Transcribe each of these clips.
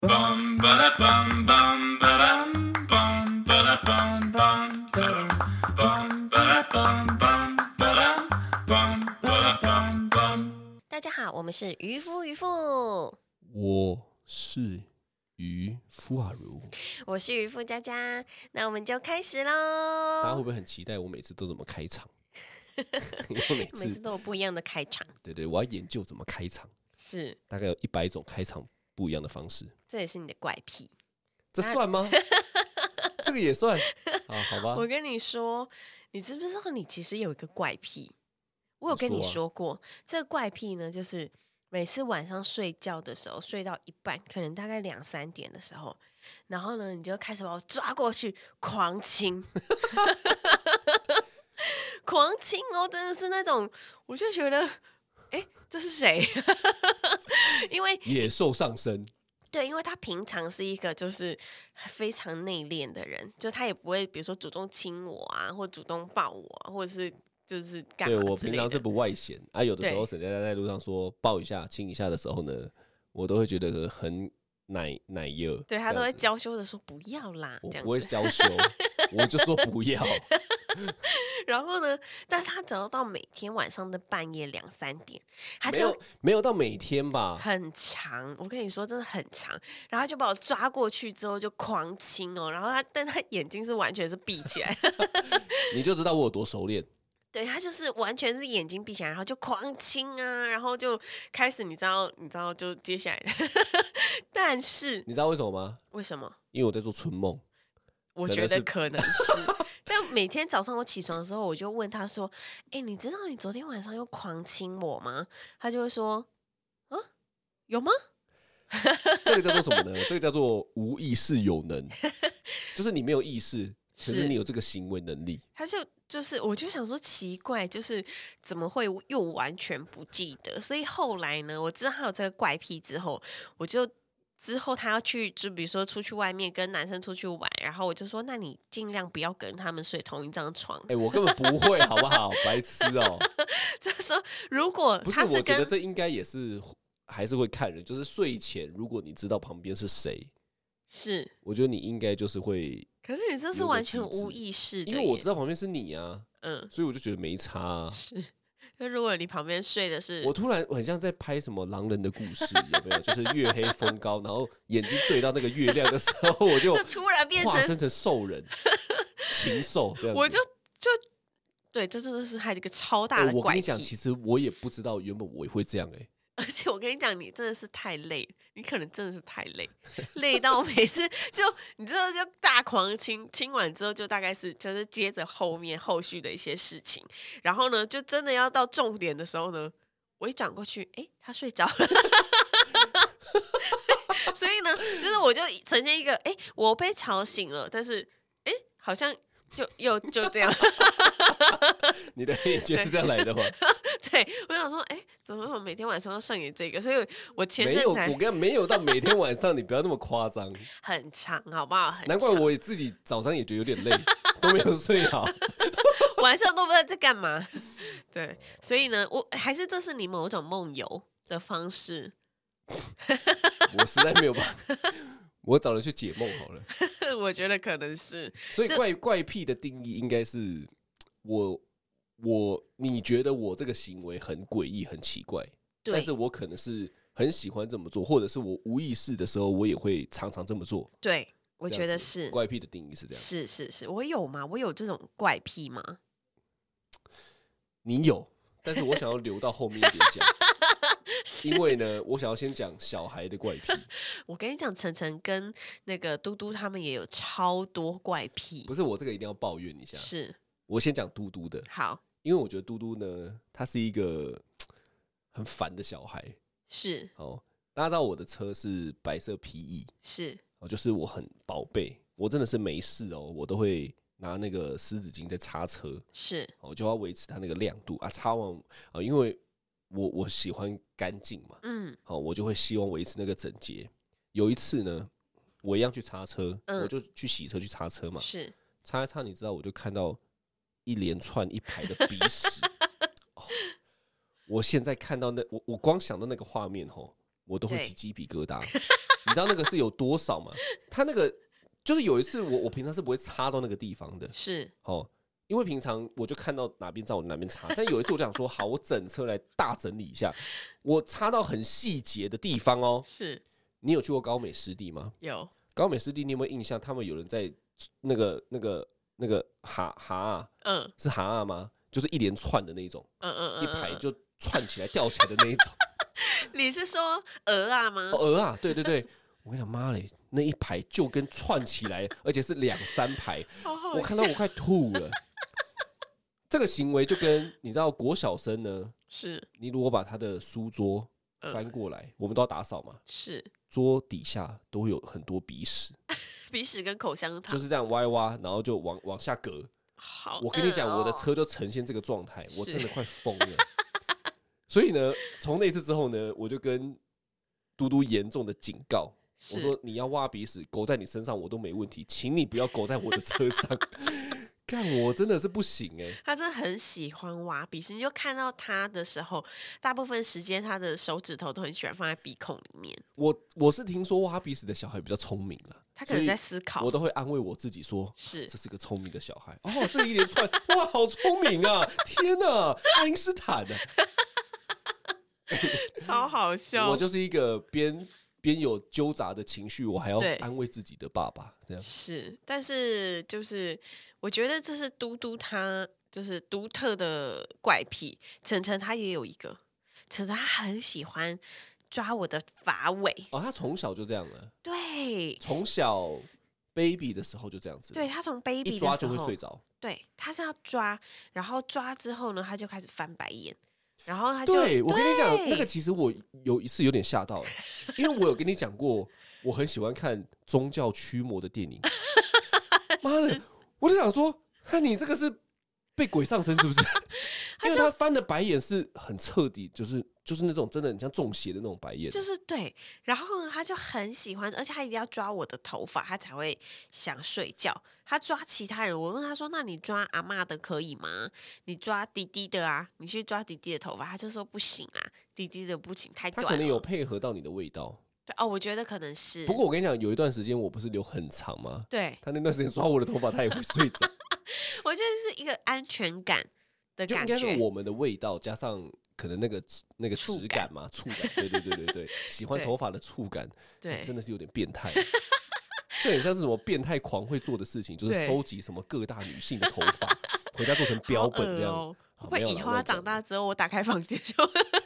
bum ba da bum bum ba dum bum ba da bum bum ba dum bum ba da bum bum ba da bum bum。 大家好，我们是渔夫渔妇， 我是渔夫阿如， 我是渔夫佳佳，那我们就开始大家会喽。 不会很期待我每次都怎么开场？因为每次每次都有不一样的开场， 对，我要研究怎么开场， 是， 大概有100种开场不一样的方式， 这也是你的怪癖。 这算吗？这个也算啊？好吧， 我跟你说，你知不知道你其实有一个怪癖？我有跟你说过，这个怪癖呢，就是每次晚上睡觉的时候，睡到一半，可能大概2、3点的时候，然后呢，你就开始把我抓过去狂亲，狂亲哦，真的是那种，我就觉得，哎，这是谁？因为野兽上身， 对，因为他平常是一个就是非常内敛的人，就他也不会比如说主动亲我啊，或主动抱我啊，或者是就是干对嘛之类的。 我平常是不外显啊，有的时候对沈佳佳在路上说抱一下、亲一下的时候呢，我都会觉得很奶油， 对他都会这样子娇羞的说不要啦， 我不会这样子。 娇羞，我就说不要。 然后呢，但是他只要到每天晚上的半夜2、3点，他就没有到每天吧？ 很长。我跟你说，真的很长。然后他就把我抓过去之后就狂亲哦，然后但他眼睛是完全是闭起来。 你就知道我有多熟练。 对他就是完全是眼睛闭起来，然后就狂亲啊，然后就开始你知道就接下来的，但是你知道为什么吗？ 为什么？ 因为我在做春梦。 我觉得可能是，但每天早上我起床的时候，我就问他说：“哎、你知道你昨天晚上又狂亲我吗？”他就会说：“啊，有吗？” 这个叫做什么呢？这个叫做无意识有能，就是你没有意识，可是你有这个行为能力。 他就是，我就想说奇怪，就是怎么会又完全不记得？所以后来呢，我知道他有这个怪癖之后，之后他要去，就比如说出去外面跟男生出去玩，然后我就说，那你尽量不要跟他们睡同一张床。 哎、我根本不会，好不好？白痴哦、 就是说，如果不是， 他我觉得跟这应该也是还是会看人，就是睡前如果你知道旁边是谁， 是， 我觉得你应该就是会， 可是你这是有个完全机制无意识的， 因为我知道旁边是你啊， 嗯， 所以我就觉得没差、啊。 是。就如果你旁边睡的是我突然很像在拍什么狼人的故事，有没有？就是月黑风高，然后眼睛对到那个月亮的时候，我就就突然变成化身成兽人、禽兽这样子。 我就对，这真的是他一个超大的怪癖。 我跟你讲，其实我也不知道原本我也会这样而且我跟你讲，你真的是太累了，你可能真的是太累，累到每次你知道就大狂亲完之后，就大概就是接着后续的一些事情，然后呢，就真的要到重点的时候呢，我一转过去，哎，他睡着了。所以呢，就是我就呈现一个，哎，我被吵醒了，但是，哎，好像就这样。 你的黑眼圈是这样来的吗？ 对，我想说，哎，怎么每天晚上都上演这个？所以我前没有，我阵才跟你讲，没有到每天晚上，你不要那么夸张。 很长，好不好？很难怪长我自己早上也觉得有点累，都没有睡好。 晚上都不知道在干嘛。对，所以呢，这是你某种梦游的方式。 我实在没有办法，我找人去解梦好了。 我觉得可能是， 所以怪癖的定义应该是你觉得我这个行为很诡异、很奇怪， 对但是我可能是很喜欢这么做，或者是我无意识的时候，我也会常常这么做。 对，我这样子觉得是怪癖的定义是这样。 是，我有吗？我有这种怪癖吗？ 你有，但是我想要留到后面一点讲。因为呢，我想要先讲小孩的怪癖。 我跟你讲，晨晨跟那个嘟嘟他们也有超多怪癖不。是我这个一定要抱怨一下。 是， 我先讲嘟嘟的， 好， 因为我觉得嘟嘟呢，他是一个很烦的小孩。 是哦，大家知道我的车是白色皮衣， 是， 哦，就是我很宝贝，我真的是没事哦，我都会拿那个湿纸巾在擦车， 是我就要维持它那个亮度啊。擦完啊，因为我喜欢干净嘛，好，我就会希望维持那个整洁。有一次呢，我一样去擦车，我就去洗车去擦车嘛， 是， 擦一擦，你知道，我就看到一连串一排的鼻屎。哦，我现在看到我光想到那个画面吼，我都会对起鸡皮疙瘩。 你知道那个是有多少吗？他那个就是有一次我平常是不会擦到那个地方的， 是哦，因为平常我就看到哪边脏我哪边擦，但有一次我就想说，好，我整车来大整理一下，我擦到很细节的地方哦。 是， 你有去过高美湿地吗？ 有。 高美湿地，你有没有印象？他们有人在那个蛤是蛤吗？就是一连串的那种，一排就串起来吊起来的那一种。 你是说鹅啊吗？ 鹅啊，对对对，我跟你讲，妈嘞，那一排就跟串起来，而且是2、3排，我看到我快吐了。这个行为就跟你知道国小生呢， 是你如果把他的书桌翻过来，我们都要打扫嘛， 是， 桌底下都会有很多鼻屎， 鼻屎跟口香糖， 就是这样歪挖，然后就往下隔。 好， 我跟你讲，我的车就呈现这个状态，我真的快疯了。所以呢，从那次之后呢，我就跟嘟嘟严重的警告，我说你要挖鼻屎狗在你身上我都没问题，请你不要狗在我的车上。看我真的是不行他真的很喜欢挖鼻屎，你就看到他的时候，大部分时间他的手指头都很喜欢放在鼻孔里面。 我是听说挖鼻屎的小孩比较聪明了， 他可能在思考， 我都会安慰我自己说， 是这是个聪明的小孩哦，这一连串哇，好聪明啊！天哪，爱因斯坦啊！ 超好笑。 我就是一个边有纠杂的情绪，我还要安慰自己的爸爸，这样是。但是就是我觉得这是嘟嘟他就是独特的怪癖。晨晨他也有一个，晨晨他很喜欢抓我的发尾。 哦，他从小就这样了。 对， 从小 baby 的时候就这样子。 对，他从 baby 的时候一抓就会睡着。 对，他是要抓，然后抓之后呢，他就开始翻白眼。然后他就对，我跟你讲，那个其实我有一次有点吓到了，因为我有跟你讲过，我很喜欢看宗教驱魔的电影。妈的，我就想说，看你这个是被鬼上身是不是？因为他翻的白眼是很彻底，就是那种真的很像中邪的那种白眼， 就是对。然后呢，他就很喜欢，而且他一定要抓我的头发，他才会想睡觉。他抓其他人，我问他说：“那你抓阿嬷的可以吗？你抓弟弟的啊，你去抓弟弟的头发。”他就说：“不行啊，弟弟的不行，太短了。” 他可能有配合到你的味道。 对哦，我觉得可能是。 不过我跟你讲，有一段时间我不是留很长吗？ 对， 他那段时间抓我的头发，他也会睡着。 我觉得是一个安全感的感觉， 就应该是我们的味道加上可能那个质感嘛，触感，对，喜欢头发的触感，对，真的是有点变态。这很像是什么变态狂会做的事情，就是收集什么各大女性的头发，回家做成标本这样。 会以后他长大之后，我打开房间就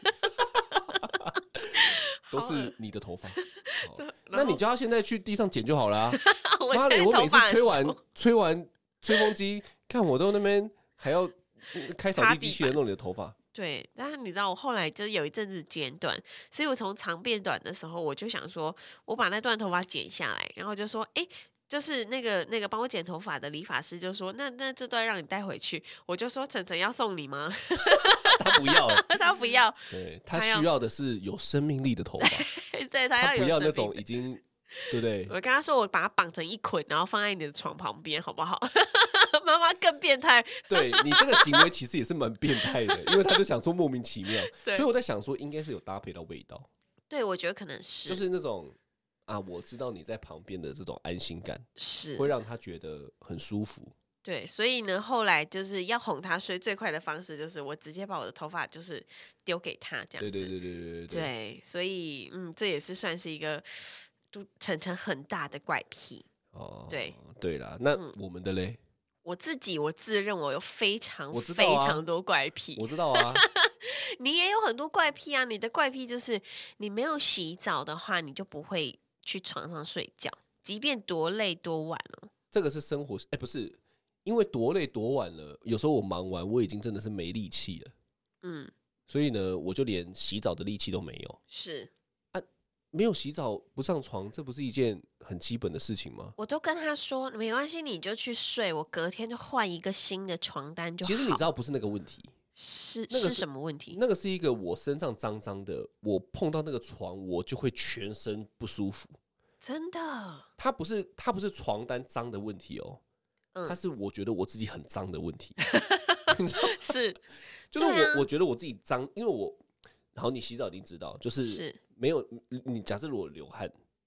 都是你的头发。那你叫他现在去地上捡就好了啊！ 妈的， 我每次吹完吹风机，看我都那边还要开扫地机器人弄你的头发。对， 但是你知道，我后来就有一阵子剪短，所以我从长变短的时候，我就想说，我把那段头发剪下来，然后就说，就是那个帮我剪头发的理发师就说，那这段让你带回去，我就说晨晨要送你吗？ 他不要， 他不要， 对他需要的是有生命力的头发， 对他不要那种已经，对不对？ 我跟他说，我把它绑成一捆，然后放在你的床旁边，好不好？妈妈更变态， 对你这个行为其实也是蛮变态的，因为他就想说莫名其妙，所以我在想说应该是有搭配到味道。 对，我觉得可能是， 就是那种啊，我知道你在旁边的这种安心感， 是会让他觉得很舒服。 对，所以呢，后来就是要哄他睡，最快的方式就是我直接把我的头发就是丢给他这样子。对，所以这也是算是一个晨晨很大的怪癖。哦， 对啦，那我们的嘞？ 我自认我有非常多怪癖。 我知道啊， 你也有很多怪癖啊。你的怪癖就是你没有洗澡的话，你就不会去床上睡觉，即便多累多晚哦。 这个是生活，不是，因为多累多晚了，有时候我忙完我已经真的是没力气了。所以呢，我就连洗澡的力气都没有。 是。 没有洗澡不上床，这不是一件很基本的事情吗？ 我都跟他说没关系，你就去睡，我隔天就换一个新的床单就好。 其实你知道不是那个问题， 是什么问题？ 那个是一个我身上脏脏的，我碰到那个床我就会全身不舒服。 真的？ 它不是床单脏的问题哦，它是我觉得我自己很脏的问题。你知道是， 就是我觉得我自己脏，因为然后你洗澡一定知道，就是没有你假设如果流汗，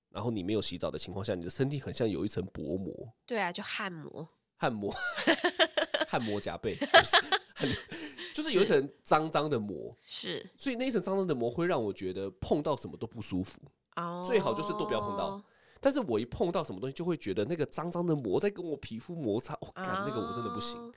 然后你没有洗澡的情况下，你的身体很像有一层薄膜。 对啊，就汗膜。 汗膜，汗膜夹背，就是有一层脏脏的膜， 是， 所以那一层脏脏的膜会让我觉得碰到什么都不舒服。最好就是都不要碰到。但是我一碰到什么东西，就会觉得那个脏脏的膜在跟我皮肤摩擦，那个我真的不行。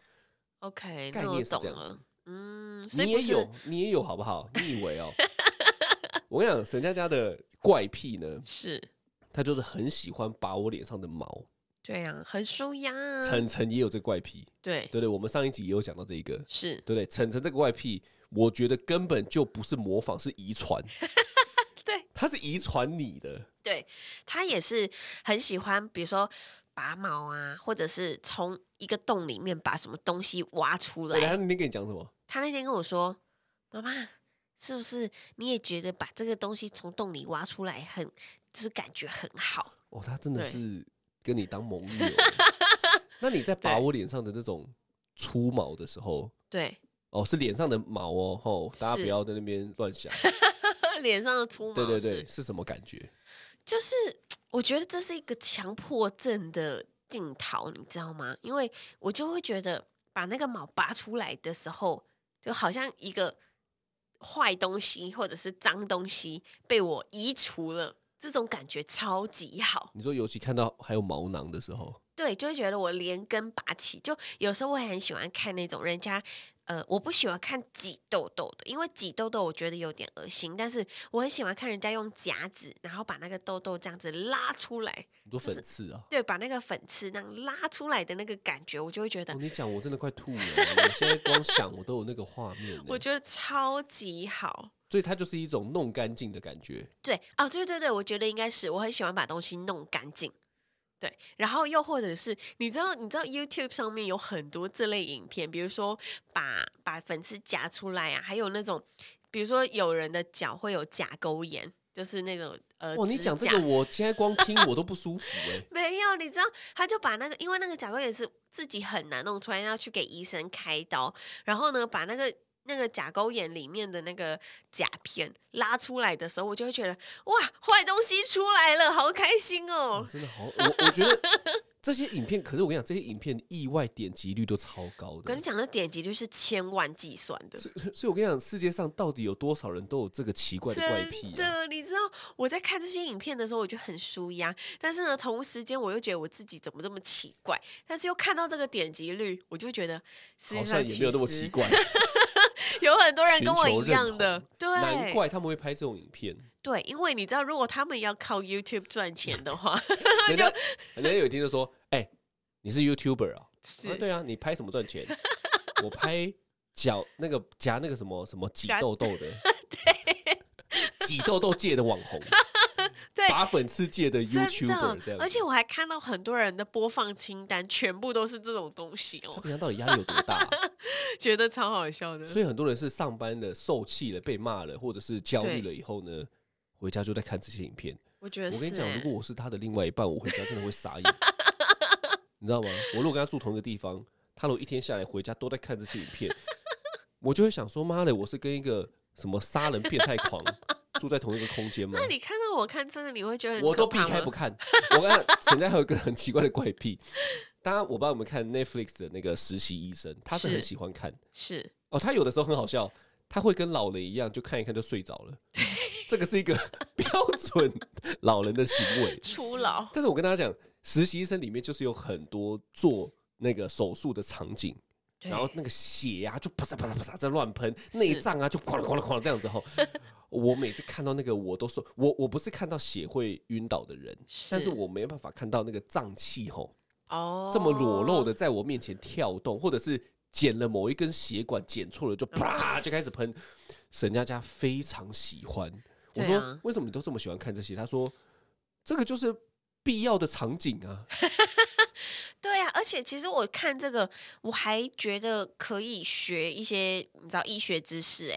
OK， 概念是这样子。 所以你也有好不好？你以为哦？我跟你讲，沈佳佳的怪癖呢， 是她就是很喜欢拔我脸上的毛。 对啊，很舒压啊。 晨晨也有这个怪癖， 对， 我们上一集也有讲到这一个， 是对不对？晨晨这个怪癖，我觉得根本就不是模仿，是遗传。 对， 他是遗传你的。 对，他也是很喜欢，比如说拔毛啊，或者是从一个洞里面把什么东西挖出来。 他那天跟你讲什么？ 他那天跟我说：“妈妈，是不是你也觉得把这个东西从洞里挖出来就是感觉很好？” 哦，他真的是跟你当盟友。那你在拔我脸上的那种粗毛的时候， 对， 是脸上的毛哦，大家不要在那边乱想。 脸上的粗毛， 对，是什么感觉？ 就是我觉得这是一个强迫症的镜头，你知道吗？因为我就会觉得把那个毛拔出来的时候，就好像一个坏东西或者是脏东西被我移除了，这种感觉超级好。 你说尤其看到还有毛囊的时候， 对，就会觉得我连根拔起。就有时候我也很喜欢看那种人家，我不喜欢看挤痘痘的，因为挤痘痘我觉得有点恶心。但是我很喜欢看人家用夹子，然后把那个痘痘这样子拉出来。 你说粉刺啊？ 对，把那个粉刺那样拉出来的那个感觉，我就会觉得。 你讲我真的快吐了，我现在光想我都有那个画面。 我觉得超级好。 所以它就是一种弄干净的感觉。 对，对，我觉得应该是，我很喜欢把东西弄干净。对，然后又或者是你知道 YouTube 上面有很多这类影片，比如说把粉刺夹出来啊，还有那种比如说有人的脚会有甲沟炎，就是那种你讲这个，我现在光听我都不舒服没有，你知道，他就把那个，因为那个甲沟炎是自己很难弄出来，要去给医生开刀，然后呢，把那个甲沟炎里面的那个甲片拉出来的时候，我就会觉得哇，坏东西出来了，好开心哦！ 真的好，我觉得这些影片，可是我跟你讲，这些影片意外点击率都超高的。我跟你讲，的点击率是千万计算的。 所以我跟你讲，世界上到底有多少人都有这个奇怪的怪癖？ 真的，你知道我在看这些影片的时候，我就很舒压，但是呢，同时间我又觉得我自己怎么这么奇怪，但是又看到这个点击率，我就觉得实际上好像也没有那么奇怪。 有很多人跟我一样的，对， 难怪他们会拍这种影片。 对，因为你知道，如果他们要靠 YouTube 赚钱的话， 人家有一天就说：“你是 YouTuber 啊？” 是， 对啊，你拍什么赚钱？我拍脚那个夹那个什么挤痘痘的， 对， 挤痘痘界的网红。 对， 拔粉刺界的 YouTuber 这样， 而且我还看到很多人的播放清单全部都是这种东西哦。 他平常到底压力有多大？ 觉得超好笑的。 所以很多人是上班了、受气了、被骂了，或者是焦虑了以后呢，回家就在看这些影片。 我觉得， 我跟你讲，如果我是他的另外一半，我回家真的会傻眼，你知道吗？我如果跟他住同一个地方，他如果一天下来回家都在看这些影片，我就会想说：妈的，我是跟一个什么杀人变态狂住在同一个空间吗？ 那你看到我看这个，你会觉得很我都避开不看。我看沈佳还有一个很奇怪的怪癖，当然我帮我们看 Netflix 的那个实习医生，他是很喜欢看。 是他有的时候很好笑，他会跟老人一样，就看一看就睡着了。这个是一个标准老人的行为， 初老。 但是我跟大家讲，实习医生里面就是有很多做那个手术的场景。然后那个血啊，就啪嚓啪嚓啪嚓在乱喷，内脏啊就哐啷哐啷哐啷这样子后，我每次看到那个，我都说，我不是看到血会晕倒的人，但是我没办法看到那个脏器这么裸露的在我面前跳动，或者是剪了某一根血管剪错了就啪就开始喷。沈佳佳非常喜欢，我说为什么你都这么喜欢看这些？他说这个就是必要的场景啊。 对啊，而且其实我看这个，我还觉得可以学一些你知道医学知识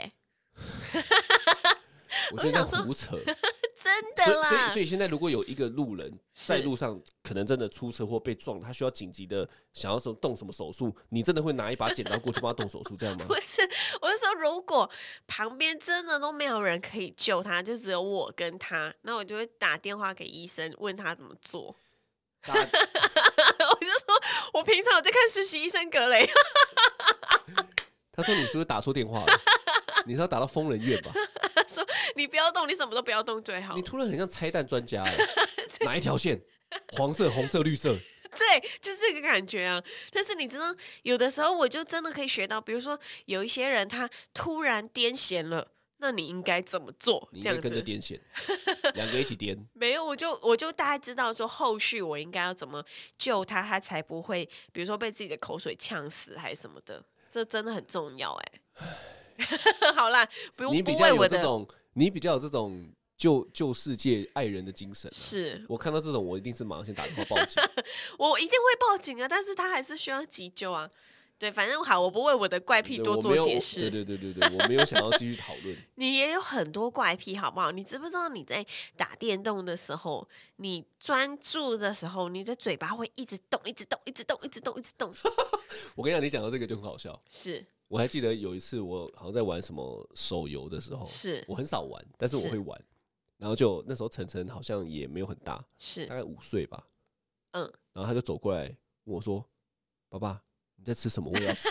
我觉得在胡扯， 真的啦。 所以现在如果有一个路人在路上可能真的出车祸被撞，他需要紧急的想要动什么手术，你真的会拿一把剪刀过去帮他动手术，这样吗？ 不是，我是说，如果旁边真的都没有人可以救他，就只有我跟他，那我就会打电话给医生，问他怎么做。我就说，我平常有在看《实习医生格雷》。 他说：“你是不是打错电话了？你是要打到疯人院吧？” 他说：“你不要动，你什么都不要动最好。” 你突然很像拆弹专家哎，哪一条线？黄色、红色、绿色。 对，就是这个感觉啊。但是你知道，有的时候我就真的可以学到，比如说有一些人他突然癫痫了，那你应该怎么做？ 你应该跟着癫痫，两个一起癫。 没有，我就大概知道说后续我应该要怎么救他，他才不会比如说被自己的口水呛死还是什么的。这真的很重要好啦， 你比较有这种救世界爱人的精神是我看到这种，我一定是马上先打电话报警。 我一定会报警啊，但是他还是需要急救啊。对，反正好，我不为我的怪癖多做解释。 对，我没有想要继续讨论。 你也有很多怪癖，好不好？你知不知道你在打电动的时候，你专注的时候，你的嘴巴会一直动，一直动，一直动，一直动，一直动。 我跟你讲，你讲到这个就很好笑。 是， 我还记得有一次，我好像在玩什么手游的时候， 是我很少玩，但是我会玩。然后就那时候晨晨好像也没有很大， 是大概5岁吧。 嗯， 然后他就走过来问我说：“爸爸，你在吃什么？我也要吃。”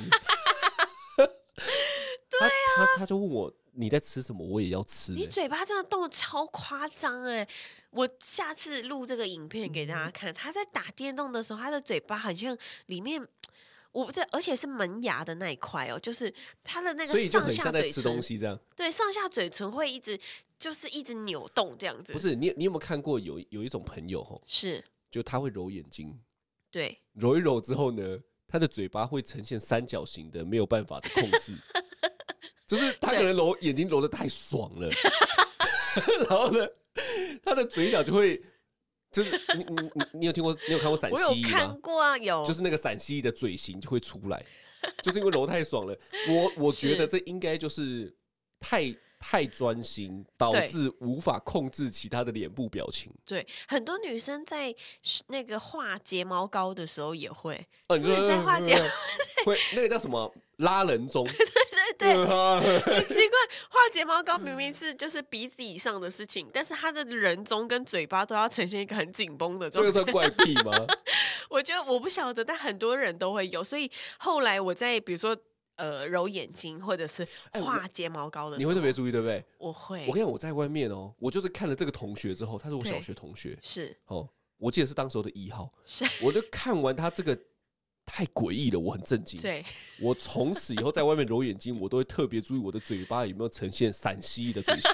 对啊，他就问我你在吃什么，我也要吃。 你嘴巴真的动得超夸张哎！我下次录这个影片给大家看，他在打电动的时候，他的嘴巴好像里面。我不知道，而且是门牙的那一块哦，就是他的那个上下嘴唇， 所以就很像在吃东西这样。 对，上下嘴唇会一直扭动这样子。 不是你有没有看过有一种朋友吼， 是就他会揉眼睛， 对， 揉一揉之后呢，他的嘴巴会呈现三角形的，没有办法的控制，就是他可能揉眼睛揉得太爽了，然后呢，他的嘴角就会。就是你有听过你有看过陕西吗？ 我有看过啊，有， 就是那个陕西的嘴型就会出来，就是因为揉太爽了。我觉得这应该就是太专心，导致无法控制其他的脸部表情。 对，很多女生在那个画睫毛膏的时候也会， 你说在画睫毛会那个叫什么拉人中。 对，很奇怪，画睫毛膏明明是就是鼻子以上的事情，但是他的人中跟嘴巴都要呈现一个很紧绷的状态。 这个算怪癖吗？ 我觉得我不晓得，但很多人都会有，所以后来我在比如说揉眼睛或者是画睫毛膏的时候， 你会特别注意，对不对？ 我会。 我跟你讲，我在外面哦，我就是看了这个同学之后，他是我小学同学， 是哦，我记得是当时候的1号， 是， 我就看完他这个。太诡异了，我很震惊。 对， 我从此以后在外面揉眼睛，我都会特别注意我的嘴巴有没有呈现陕西的嘴型。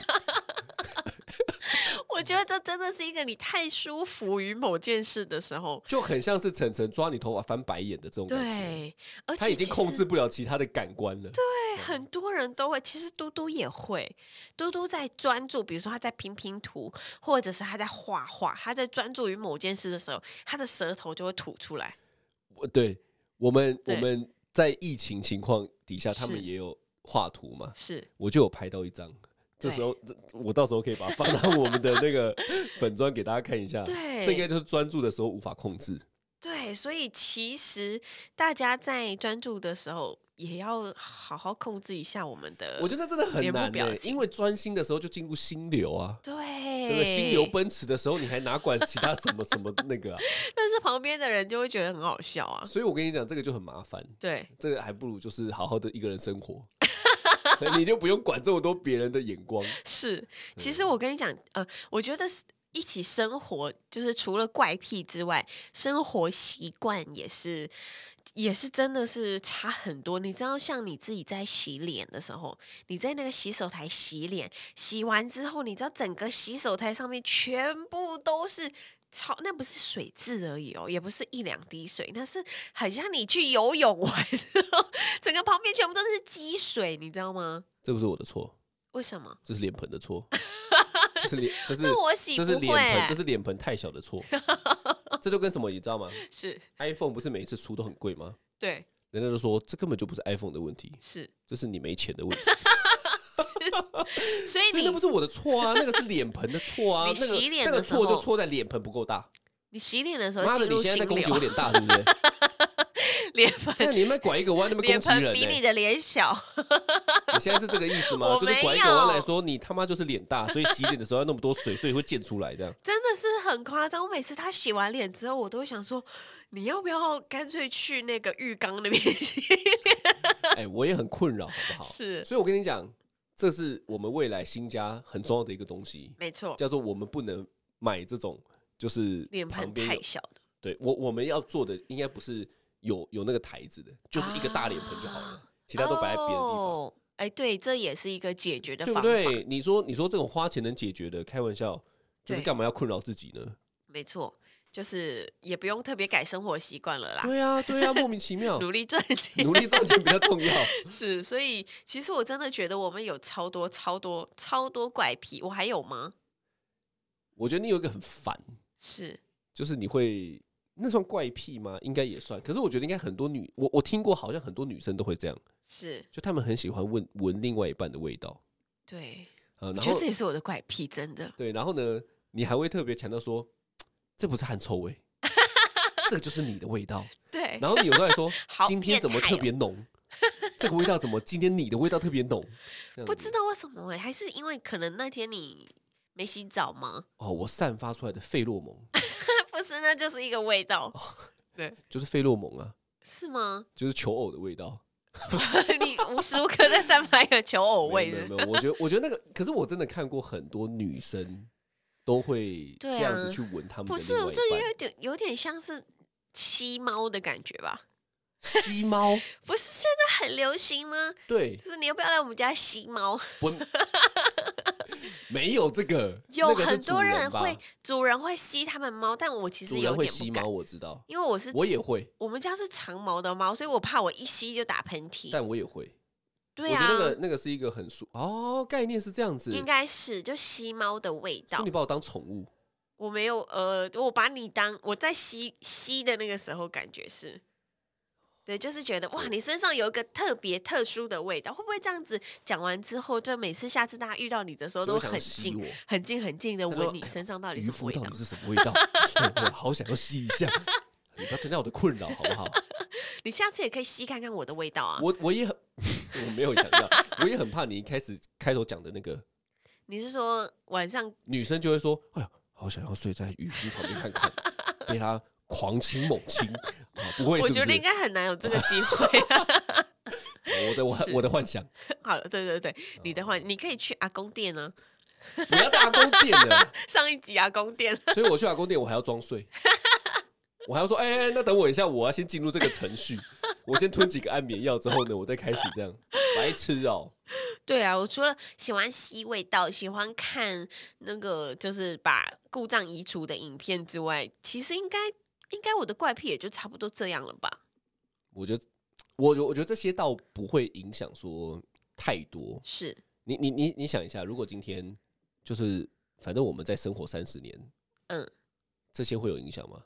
我觉得这真的是一个你太舒服于某件事的时候， 就很像是晨晨抓你头发翻白眼的这种感觉。 对，而且他已经控制不了其他的感官了。 对，很多人都会，其实嘟嘟也会。嘟嘟在专注，比如说他在拼图，或者是他在画画，他在专注于某件事的时候，他的舌头就会吐出来。 对，我们在疫情情况底下，他们也有画图嘛， 是， 我就有拍到一张。这时候我到时候可以把它放到我们的那个粉专给大家看一下。 对， 这应该就是专注的时候无法控制。 对，所以其实大家在专注的时候，也要好好控制一下我们的。 我觉得真的很难因为专心的时候就进入心流啊。 对， 对不对？心流奔驰的时候，你还哪管其他什么什么那个啊？ 但是旁边的人就会觉得很好笑啊。 所以我跟你讲，这个就很麻烦。 对， 这个还不如就是好好的一个人生活。你就不用管这么多别人的眼光。 是，其实我跟你讲，我觉得一起生活，就是除了怪癖之外，生活习惯也是真的是差很多。你知道，像你自己在洗脸的时候，你在那个洗手台洗脸，洗完之后，你知道整个洗手台上面全部都是。那不是水渍而已哦，也不是1-2滴水，那是很像你去游泳完之后，整个旁边全部都是积水，你知道吗？ 这不是我的错， 为什么？ 这是脸盆的错， 那我洗不会， 这是脸盆太小的错。这就跟什么你知道吗？ 是 iPhone 不是每一次出都很贵吗？ 对， 人家就说这根本就不是 iPhone 的问题，这是你没钱的问题。 所以那不是我的错啊，那个是脸盆的错啊。 你洗脸那个错就错在脸盆不够大。 你洗脸的时候妈的， 进入你现在在攻击心流， 我脸大是不是？ 脸那盆你们拐一个弯，那么脸攻击人、欸， 盆比你的脸小， 你现在是这个意思吗？ 我就是拐一没有个弯来说，你他妈就是脸大，所以洗脸的时候要那么多水，所以会溅出来这样。 真的是很夸张。我每次他洗完脸之后，我都会想说，你要不要干脆去那个浴缸那边洗脸？ 我也很困扰，好不好？ 是， 所以我跟你讲，这是我们未来新家很重要的一个东西， 没错， 叫做我们不能买这种就是脸盆旁边有。 太小的。 对，我们要做的应该不是有那个台子的，就是一个大脸盆就好了，其他都摆在别的地方。 对，这也是一个解决的对方法， 不对？你说这种花钱能解决的，开玩笑，就是干嘛要困扰自己呢？ 没错，就是也不用特别改生活习惯了啦。 对啊，对啊，莫名其妙， 努力赚钱， 努力赚钱比较重要。 是，所以其实我真的觉得我们有超多怪癖。我还有吗？ 我觉得你有一个很烦， 是， 就是你会那算怪癖吗？应该也算。可是我觉得应该很多我听过，好像很多女生都会这样， 是， 就她们很喜欢闻另外一半的味道。 对， 然我觉得后这也是我的怪癖，真的。 对，然后呢，你还会特别强调说，这不是汗臭味，这个就是你的味道。 对， 然后你有时候还说， 好今天怎么特别浓？这个味道怎么今天你的味道特别浓？ 不知道为什么还是因为可能那天你没洗澡吗？ 哦，我散发出来的费洛蒙， 不是，那就是一个味道。对， 就是费洛蒙啊， 是吗？ 就是求偶的味道。 你无时无刻在散发一个求偶味的。 没有，我觉得那个，可是我真的看过很多女生都会这样子去闻他们的不是， 另外一这有点像是吸猫的感觉吧？ 吸猫， 不是现在很流行吗？ 对， 就是你要不要来我们家吸猫？ 没有这个， 有那个是很多人吧会，主人会吸他们猫，但我其实主有人会吸猫， 点不敢， 我知道， 因为我也会， 我们家是长毛的猫，所以我怕我一吸就打喷嚏。 但我也会。 对啊， 我觉得那个是一个很概念是这样子， 应该是就吸猫的味道所以你。把我当宠物， 我没有我把你当我在吸的那个时候，感觉是。对，就是觉得哇，你身上有一个特别特殊的味道，会不会这样子讲完之后，就每次下次大家遇到你的时候都就会想很近吸我。 很近很近的他说闻你身上到底渔什么味道夫到底？是什么味道？我好想要吸一下，你不要增加我的困扰好不好？ 你下次也可以吸看看我的味道啊。 我也很，我没有想到，我也很怕你一开头讲的那个你是说晚上女生就会说，哎呀，好想要睡在渔夫旁边看看，被他狂亲猛亲啊，不会是不是？ 我觉得应该很难有这个机会。 我的幻想， 好，对，你的话，你可以去阿公店呢。 不要在阿公店了。 上一集阿公店， 所以我去阿公店，我还要装睡，我还要说，那等我一下，我要先进入这个程序，我先吞几个安眠药之后呢，我再开始这样白痴哦。 对啊，我除了喜欢吸味道，喜欢看那个就是把故障移除的影片之外，其实应该我的怪癖也就差不多这样了吧？ 我觉得这些倒不会影响说太多。 是你想一下，如果今天就是反正我们在生活30年，这些会有影响吗？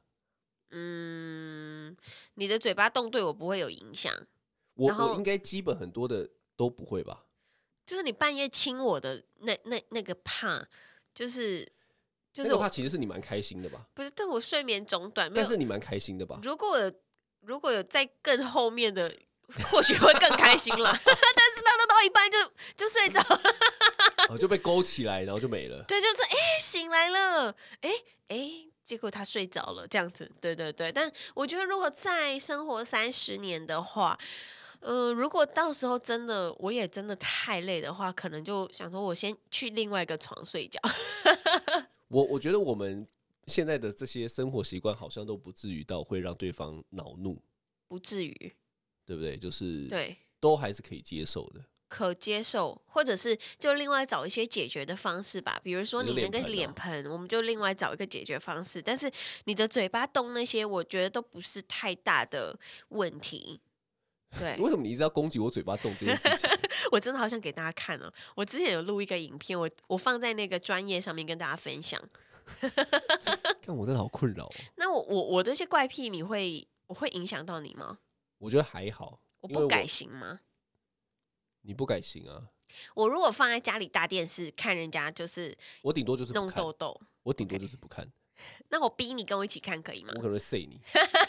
你的嘴巴动对我不会有影响。 我应该基本很多的都不会吧？ 就是你半夜亲我的那个怕，就是那个怕其实是你蛮开心的吧？ 不是，但我睡眠中断， 但是你蛮开心的吧？ 如果有在更后面的，或许会更开心啦。但是他都到一半就睡着了， 就被勾起来，然后就没了。 对，就是醒来了，结果他睡着了，这样子，对。但我觉得如果再生活30年的话，如果到时候我也真的太累的话，可能就想说我先去另外一个床睡觉。 我觉得我们现在的这些生活习惯好像都不至于到会让对方恼怒， 不至于， 对不对？就是对， 都还是可以接受的， 可接受，或者是就另外找一些解决的方式吧。比如说你那个脸脸盆，我们就另外找一个解决方式。但是你的嘴巴动那些，我觉得都不是太大的问题。对， 为什么你一直要攻击我嘴巴动这件事情？ 我真的好想给大家看哦！我之前有录一个影片，我放在那个专页上面跟大家分享。 看我真的好困扰哦。 那我这些怪癖，我会影响到你吗？ 我觉得还好，因为我不改行吗？ 你不改行啊？ 我如果放在家里大电视看人家就是我顶多就是不看弄痘痘， 我顶多就是不看。 那我逼你跟我一起看可以吗我？可能会 say 你。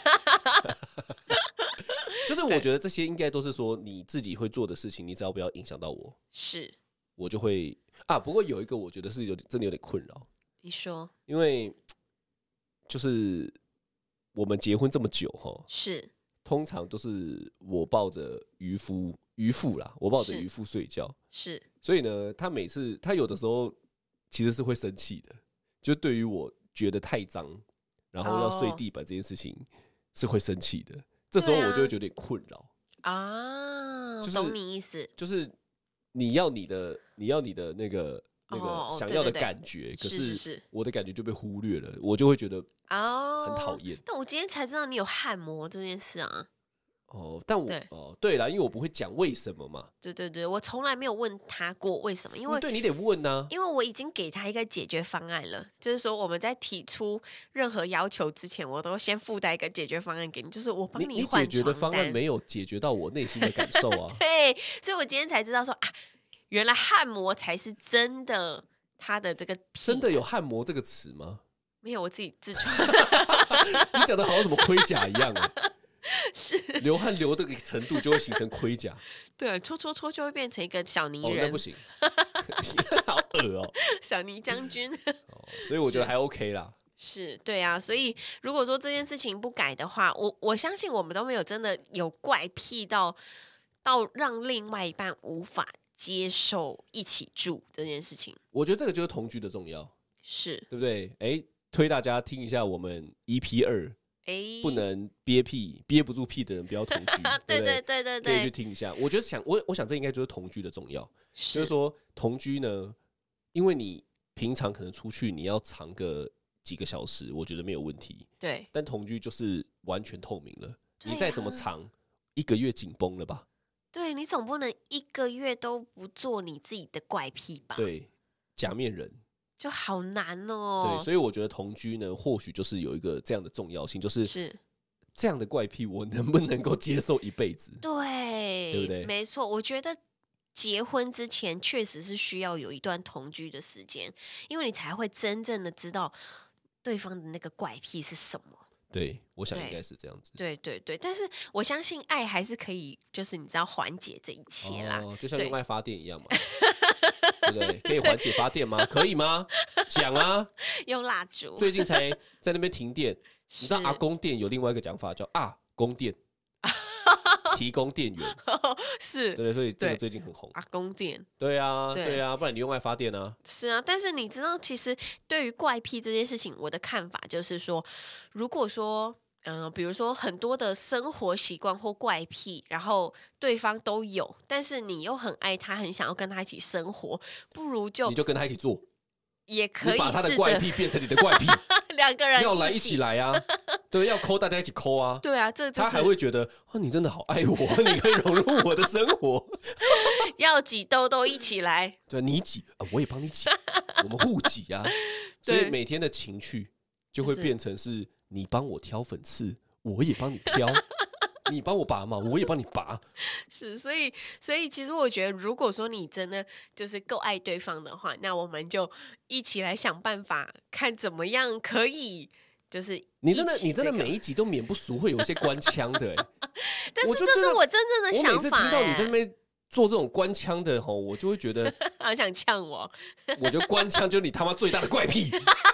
就是我觉得这些应该都是说你自己会做的事情，你只要不要影响到我， 是， 我就会啊。不过有一个我觉得是真的有点困扰， 你说因为就是我们结婚这么久哈， 是通常都是我抱着渔夫啦，我抱着是渔夫睡觉， 是， 所以呢，他有的时候其实是会生气的，就对于我觉得太脏，然后要睡地板这件事情是会生气的。这时候我就会觉得有点困扰啊， 就是懂你意思， 就是你要你的那个想要的感觉，可是我的感觉就被忽略了，我就会觉得哦， 很讨厌。 但我今天才知道你有汗膜这件事啊。 但我对对啦，因为我不会讲为什么嘛。 对对对，我从来没有问他过为什么，因为对你得问呐、 因为我已经给他一个解决方案了，就是说我们在提出任何要求之前，我都先附带一个解决方案给你，就是我帮你换解决的床单。 方案没有解决到我内心的感受啊。 对，所以我今天才知道说啊，原来汗膜才是真的，他的这个真的有汗膜这个词吗？ 没有，我自己自创。 你讲的好像什么盔甲一样啊。 是， 流汗流的程度就会形成盔甲。 对，搓就会变成一个小泥哦， 人， 那不行，好恶哦。 小泥将军。 所以我觉得还 OK 啦。 是对啊，所以如果说这件事情不改的话，我相信我们都没有真的有怪癖到让另外一半无法接受一起住这件事情。 我觉得这个就是同居的重要， 是， 对不对？推大家听一下我们 EP2，不能憋不住屁的人不要同居， 对对不对？ 对可以去听一下。我觉得我想这应该就是同居的重要，就是说同居呢，因为你平常可能出去你要藏个几个小时，我觉得没有问题。 对， 但同居就是完全透明了， 对啊你再怎么藏，1个月紧绷了吧？ 对你总不能1个月都不做你自己的怪癖吧？， 对，假面人。 就好难哦。 对，所以我觉得同居呢，或许就是有一个这样的重要性，就是这样的怪癖，我能不能够接受一辈子？ 对不对？ 没错，我觉得结婚之前确实是需要有一段同居的时间，因为你才会真正的知道对方的那个怪癖是什么。 对，我想应该是这样子。 对对对，但是我相信爱还是可以，就是你知道缓解这一切啦。 就像用爱发电一样嘛。对不对？可以缓解发电吗？可以吗？讲啊！ 用蜡烛。 最近才在那边停电，你知道阿公电有另外一个讲法叫公电，提供电源。 是， 对，所以这个最近很红。 阿公电。 对啊，不然你用爱发电啊。 是啊，但是你知道，其实对于怪癖这件事情，我的看法就是说，如果说比如说很多的生活习惯或怪癖，然后对方都有，但是你又很爱他，很想要跟他一起生活，不如你就跟他一起做， 也可以你把他的怪癖变成你的怪癖， 两个人要来一起来啊，对，要抠大家一起抠啊， 对啊，这就是他还会觉得你真的好爱我，你可以融入我的生活， 要挤痘痘一起来， 对，你挤我也帮你挤，我们互挤啊，所以每天的情趣就会变成是。你帮我挑粉刺，我也帮你挑；你帮我拔毛，我也帮你拔。 是，所以其实我觉得，如果说你真的就是够爱对方的话，那我们就一起来想办法，看怎么样可以，就是你真的每一集都免不俗会有一些官腔的但是这是我真正的想法。 我每次听到你在那边做这种官腔的我就会觉得好想呛我。 我觉得官腔就是你他妈最大的怪癖。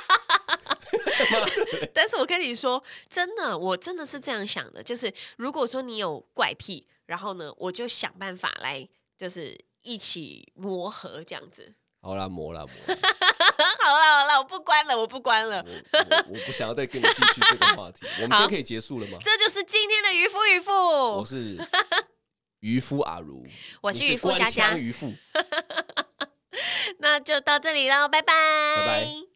但是我跟你说，真的，我真的是这样想的，就是如果说你有怪癖，然后呢，我就想办法来，就是一起磨合这样子。 好啦，磨啦。 好啦，我不关了。我不想要再跟你继续这个话题，我们就可以结束了吗？ 这就是今天的渔夫渔妇。 我是渔夫阿如， 我是渔夫佳佳， 渔夫。 那就到这里了，拜拜， 拜拜。